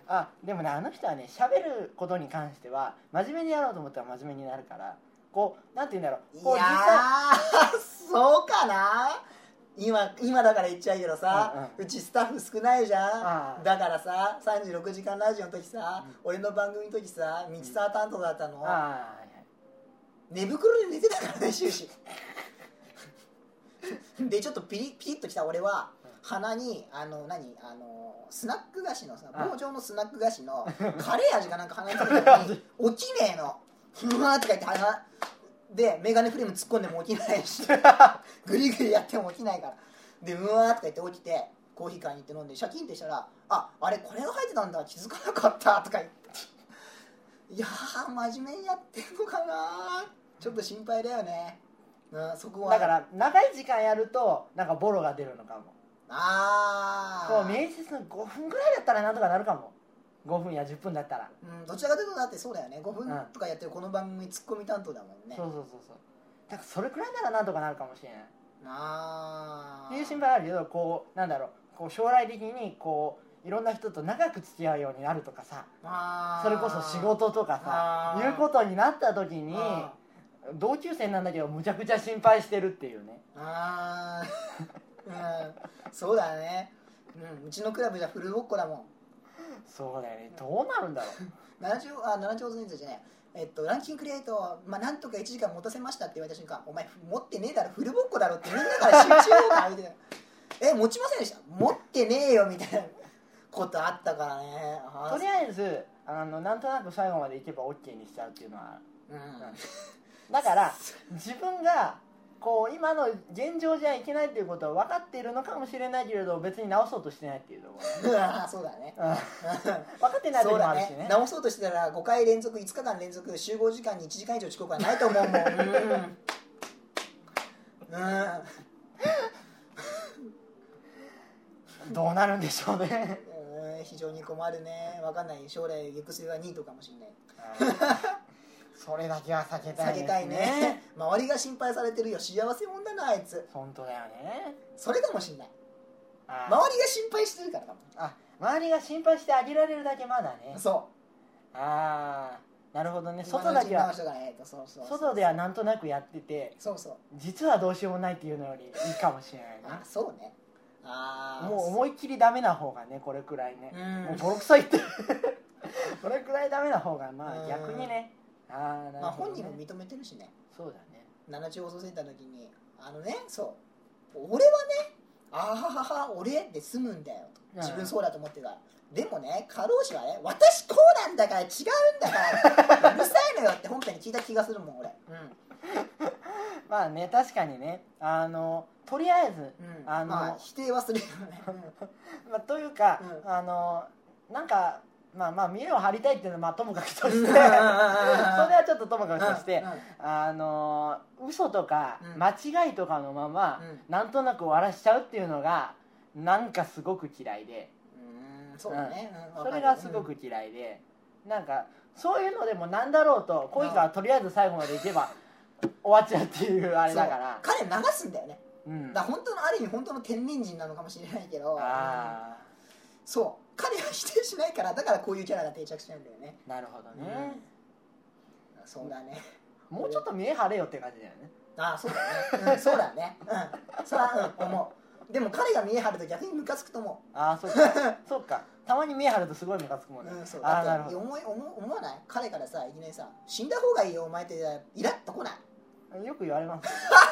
でもね、あの人はね、喋ることに関しては真面目にやろうと思ったら真面目になるから、こうなんて言うんだろう、こういやーそうかな。今だから言っちゃうけどさ、うちスタッフ少ないじゃん。だからさ、36時間ラジオの時さ、俺の番組の時さ、ミキサー担当だったの。寝袋で寝てたからね、終始でちょっとピリッときた俺は鼻にスナック菓子のさ、棒状のスナック菓子のカレー味がなんか鼻につけたのに起きねえの。ふわーって書いて鼻でメガネフレーム突っ込んでも起きないしグリグリやっても起きないからでうわーって言って起きてコーヒー買いに行って飲んでシャキンってしたらあれこれが入ってたんだ気づかなかったとか言っていやー真面目にやってんのかなちょっと心配だよね、そこはだから長い時間やるとなんかボロが出るのかも。こう面接の5分ぐらいだったらなんとかなるかも。5分や10分だったら、 どちらかというとだってそうだよね、5分とかやってるこの番組ツッコミ担当だもんね。 そうだからそれくらいならなんとかなるかもしれないっていう心配あるけど、こうなんだろう、こう将来的にこういろんな人と長く付き合うようになるとかさ、それこそ仕事とかさいうことになった時に同級生なんだけどむちゃくちゃ心配してるっていうね。 そうだね、うちのクラブじゃフルボッコだもん。 そうだよね、どうなるんだろう。 7兆年生じゃねえ、ランキングクリエイト、なんとか1時間持たせましたって言われた瞬間、お前持ってねえだろフルボッコだろってみんなから集中力浴びて持ちませんでした、持ってねえよみたいなことあったからね。 とりあえずなんとなく最後までいけば OK にしちゃうっていうのは、だから自分がこう今の現状じゃいけないっていうことは分かっているのかもしれないけれど別に直そうとしてないっていうところそうだね分かってない時もあるしね。 直そうとしてたら5回連続5日間連続集合時間に1時間以上遅刻はないと思うもんどうなるんでしょうね非常に困るね。分かんない、将来行く末はニートかもしれないそれだけは避けたいですね。 避けたいね。周りが心配されてるよ、幸せ者だなあいつ。 本当だよね。 それかもしれない。周りが心配してるからかも。 周りが心配してあげられるだけまだね。 そうなるほどね。外だけは外ではなんとなくやってて、実はどうしようもないっていうのよりいいかもしれないね。 そうね。 もう思いっきりダメな方がね、これくらいね、もうボロクソ言ってこれくらいダメな方が逆にね。 本人も認めてるしね。 そうだね。 7中放送センターの時に俺はね俺って済むんだよと自分そうだと思ってたら、でもね過労死はね私こうなんだから違うんだからうるさいのよって本編に聞いた気がするもん俺。 まあね、確かにね、とりあえず、 否定はするよねというか、なんか見栄を張りたいっていうのはともかくとしてそれはちょっとともかくとして嘘とか間違いとかのままなんとなく終わらしちゃうっていうのがなんかすごく嫌いで、 そうだね、 それがすごく嫌いで、なんかそういうのでもなんだろうと恋がとりあえず最後までいけば終わっちゃうっていうあれだから彼流すんだよね。だから本当のある意味本当の天然人なのかもしれないけど、そう彼は否定しないから、だからこういうキャラが定着しちゃうんだよね。 なるほどね、 そうだね。 もうちょっと見え張れよって感じだよね。 そうだね、そうだね、それは思う。でも彼が見え張ると逆にムカつくと思う。 そうかたまに見え張るとすごいムカつくもんね。 だって思わない？彼からさいきなりさ死んだ方がいいよお前ってイラッと来ない？ よく言われます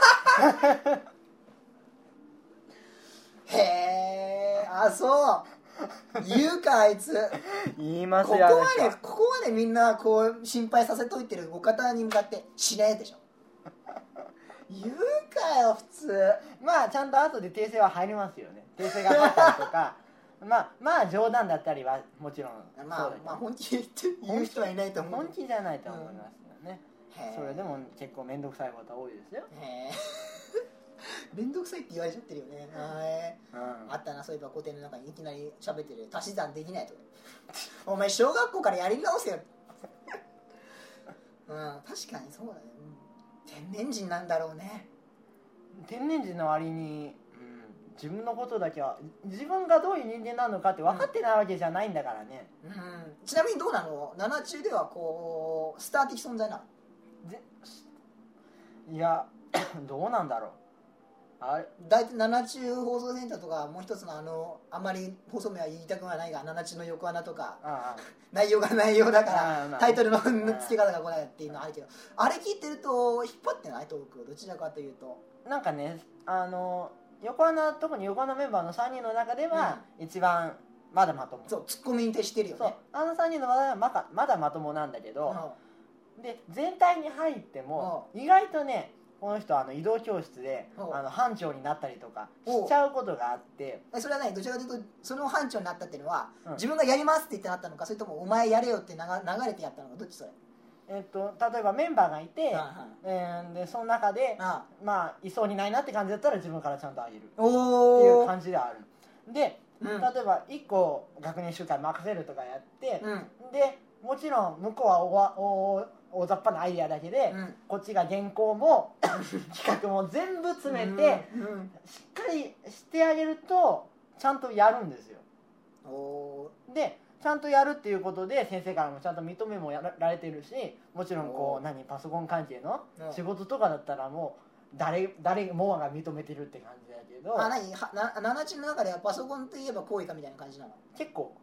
へえ、そう言うかあいつ。 言いますよ。 ここまでみんなこう心配させといてるお方に向かってしねえでしょ言うかよ普通。 ちゃんと後で訂正は入りますよね。訂正が入ったりとか冗談だったりはもちろん本気で言う人はいないと思う。 本気じゃないと思いますよね。それでも結構面倒くさいことは多いですよ。 面倒くさいって言われちゃってるよね。あったな、そういえば古典の中にいきなり喋ってる足し算できないとお前小学校からやり直せよ確かにそうだね、天然人なんだろうね。 天然人の割に、 自分のことだけは自分がどういう人間なのかって分かってないわけじゃないんだからね、 ちなみにどうなの、7中ではこうスター的存在なの？ いやどうなんだろう。あれ大体7中放送センターとかもう一つのあんまり放送名は言いたくはないが7中の横穴とか内容が内容だからタイトルの付け方がこないっていうのはあるけど、あれ聞いてると引っ張ってないトークどちらかというとなんかね横穴、特に横穴メンバーの3人の中では一番まだまとも、 そうツッコミに徹してるよね。 そう3人の中ではまだまともなんだけど、で全体に入っても意外とねこの人移動教室で班長になったりとかしちゃうことがあって。 それはねどちらかというとその班長になったっていうのは、自分がやりますって言ってなったのか、それともお前やれよって流れてやったのか、どっちそれ？ 例えばメンバーがいて、でその中でまあいそうにないなって感じだったら自分からちゃんとあげるっていう感じではある。で、例えば1個学年集会任せるとかやって、でもちろん向こうは大雑把なアイデアだけで、こっちが原稿も企画も全部詰めて、しっかりしてあげるとちゃんとやるんですよ。でちゃんとやるっていうことで先生からもちゃんと認めもやられてるし、もちろんこうパソコン関係の仕事とかだったらもう誰もが認めてるって感じだけど。 7中の中ではパソコンといえばこういかみたいな感じなの？ 結構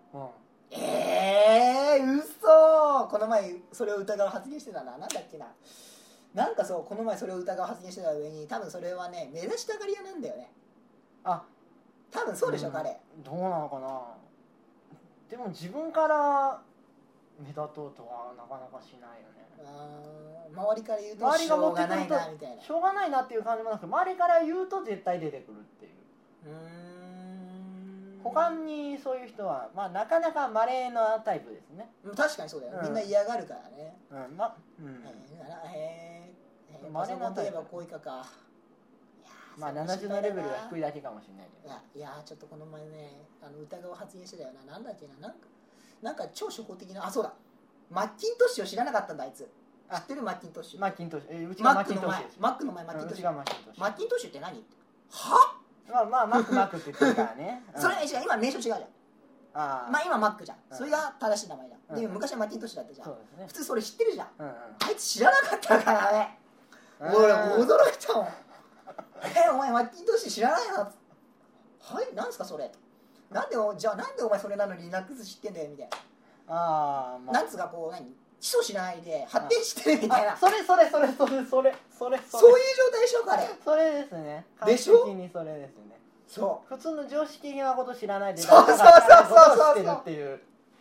嘘。この前それを疑う発言してたな。なんだっけな、なんかそうこの前それを疑う発言してた上に、多分それはね目立ちたがり屋なんだよね。多分そうでしょ、彼。 どうなのかな。でも自分から目立とうとはなかなかしないよね。 周りから言うとしょうがないなみたいな。 しょうがないなっていう感じもなく、周りから言うと絶対出てくるっていう。他にそういう人は、なかなか稀なタイプですね。 確かにそうだよ、みんな嫌がるからね。 パソコンといえばこういかか。 70のレベルが低いだけかもしれないけど。 いやちょっとこの前ね疑う発言してたよな。なんだっけな、なんか超初歩的な。そうだ、マッキントッシュを知らなかったんだあいつ。知ってる？マッキントッシュ。 マッキントッシュ、うちがマッキントッシュ。 マックの前マッキントッシュ。マッキントッシュって何？ マックって言ってるからね。 それね、今名称違うじゃん。今マックじゃん。それが正しい名前だ。で昔はマッキントッシュだったじゃん。普通それ知ってるじゃん。あいつ知らなかったからね。俺驚いたもん。お前マッキントッシュ知らないの？はい、なんすかそれ。なんでお前それなのに Linux 知ってんだよみたいな。なんつうかこう基礎しないで発展してるみたいな。 それそういう状態でしょ彼。 それですね。 でしょ？ 完璧にそれですね。 そう。 普通の常識的なこと知らないでそうしてるっていう。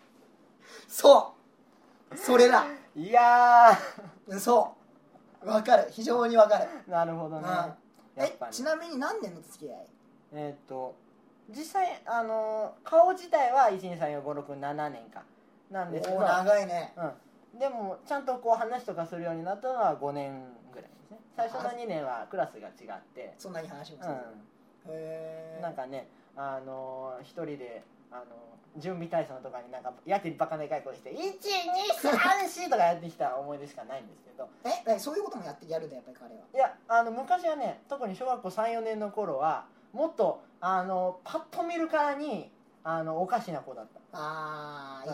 そうそれだ。 いやそうわかる、非常にわかる。 なるほどね。 ちなみに何年の付き合い？ 実際顔自体は 1,2,3,4,5,6,7 年かなんですけど、 長いね。 でもちゃんとこう話とかするようになったのは5年ぐらいですね。最初の2年はクラスが違って、 そんなに話もする。 なんかね一人で準備体操とかになんかやけにバカな格好して1,2,3,4とかやってきた思い出しかないんですけど。 そういうこともやるんだやっぱり彼は。 いや昔はね、特に小学校 3,4 年の頃はもっとパッと見るからにおかしな子だった。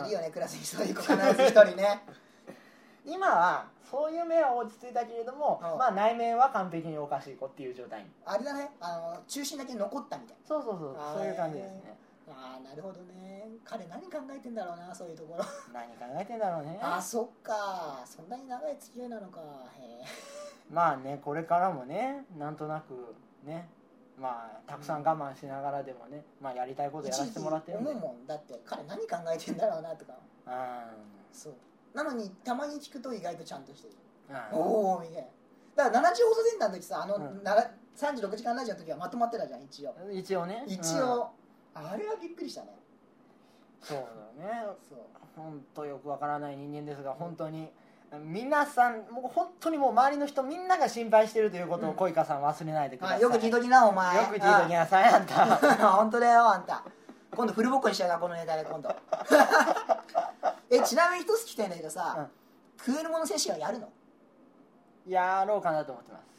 いるよね、クラスにそういう子必ず一人ね。 今はそういう面は落ち着いたけれども、内面は完璧におかしい子っていう状態に。 あれだね、中心だけ残ったみたいな。 そういう感じですね。 なるほどね。彼何考えてんだろうな、そういうところ。 何考えてんだろうね。 そっか、そんなに長い付き合いなのか。 これからもね、なんとなくね、たくさん我慢しながらでもね、やりたいことやらせてもらってるんで。 思うもんだって、彼何考えてんだろうなとか。そうなのにたまに聞くと意外とちゃんとしてる。おおみたいな。だから7時放送センターの時さ、36時間ラジオの時はまとまってたじゃん。一応ね。あれはびっくりしたね。 そうだね。本当よくわからない人間ですが、本当に皆さんもう本当にもう周りの人みんなが心配してるということを小池さん忘れないでください。 よく聞いときなお前。 よく聞いときなさいあんた。 本当だよあんた。今度フルボッコにしちゃうからこのネタで今度。ちなみに一つ聞きたいんだけどさ、クールモノ選手はやるの？ やろうかなと思ってます。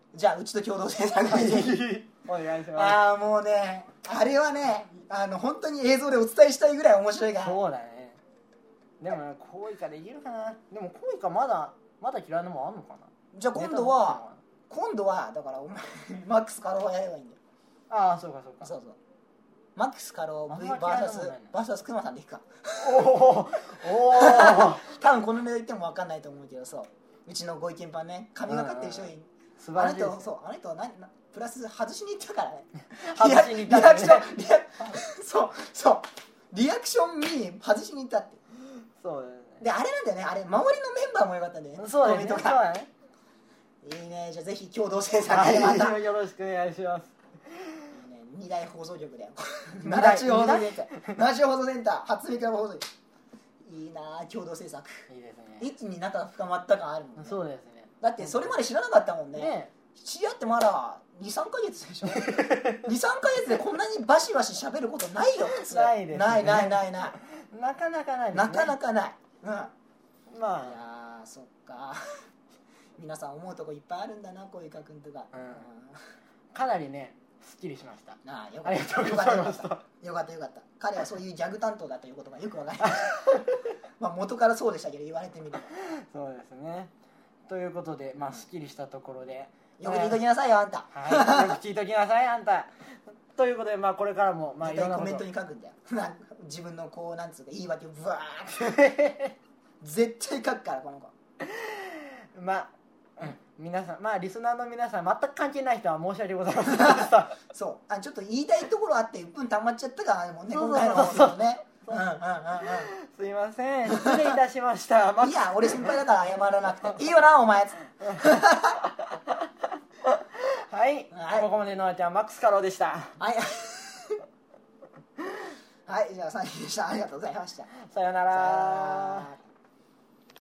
じゃあうちと共同制作でお願いします。 ああもうねあれはね本当に映像でお伝えしたいぐらい面白いから。 そうだね。でもねコイカできるかな。でもコイカまだ嫌いなもんあんのかな。 じゃあ今度はだからお前マックスカローやればいいんだよ。 ああそうかそうマックスカロー VS クマさんでいくか。 おお多分このネタ言っても分かんないと思うけど、そううちのご意見番ね神がかってる人に素晴らしいです。 あの人プラス外しに行ったからね。 外しに行ったリアクションそうリアクションに外しに行ったって。 そうだね。 であれなんだよね、あれ周りのメンバーもよかったんだよね。 そうだね。そうだね。 いいね。じゃあぜひ共同制作でまたよろしくお願いします。 2大放送局だよ。奈良中放送センター初見から放送局。いいな共同制作。いいですね。一気に仲が深まった感あるもんね。 そうですね。 だってそれまで知らなかったもんね。知り合ってまだ 2,3 ヶ月でしょ。2,3 ヶ月でこんなにバシバシ喋ることないよ普通。 ないですね。 ないなかなかないですね。 なかなかない。 まあいやそっか。皆さん思うとこいっぱいあるんだな小池君とか。 かなりねすっきりしました。 ありがとうございました。 よかった彼はそういうギャグ担当だということがよくわかりました。まあ元からそうでしたけど言われてみればそうですね。ということですっきりしたところでよく聞いときなさいよあんた。 はいよく聞いときなさいあんた。ということでこれからも絶対コメントに書くんだよ。自分のこうなんつうか言い訳をブワーって絶対書くからこの子。 皆さんリスナーの皆さん全く関係ない人は申し訳ございませんでした。 そうちょっと言いたいところあって1分溜まっちゃったからもんね今回の放送ね。 すいません失礼いたしました。 いや俺先輩だから謝らなくていいよなお前。 はい、ここまでのあちゃんマックスカローでした。 はいはいじゃあ3人でした。ありがとうございました。 さよなら。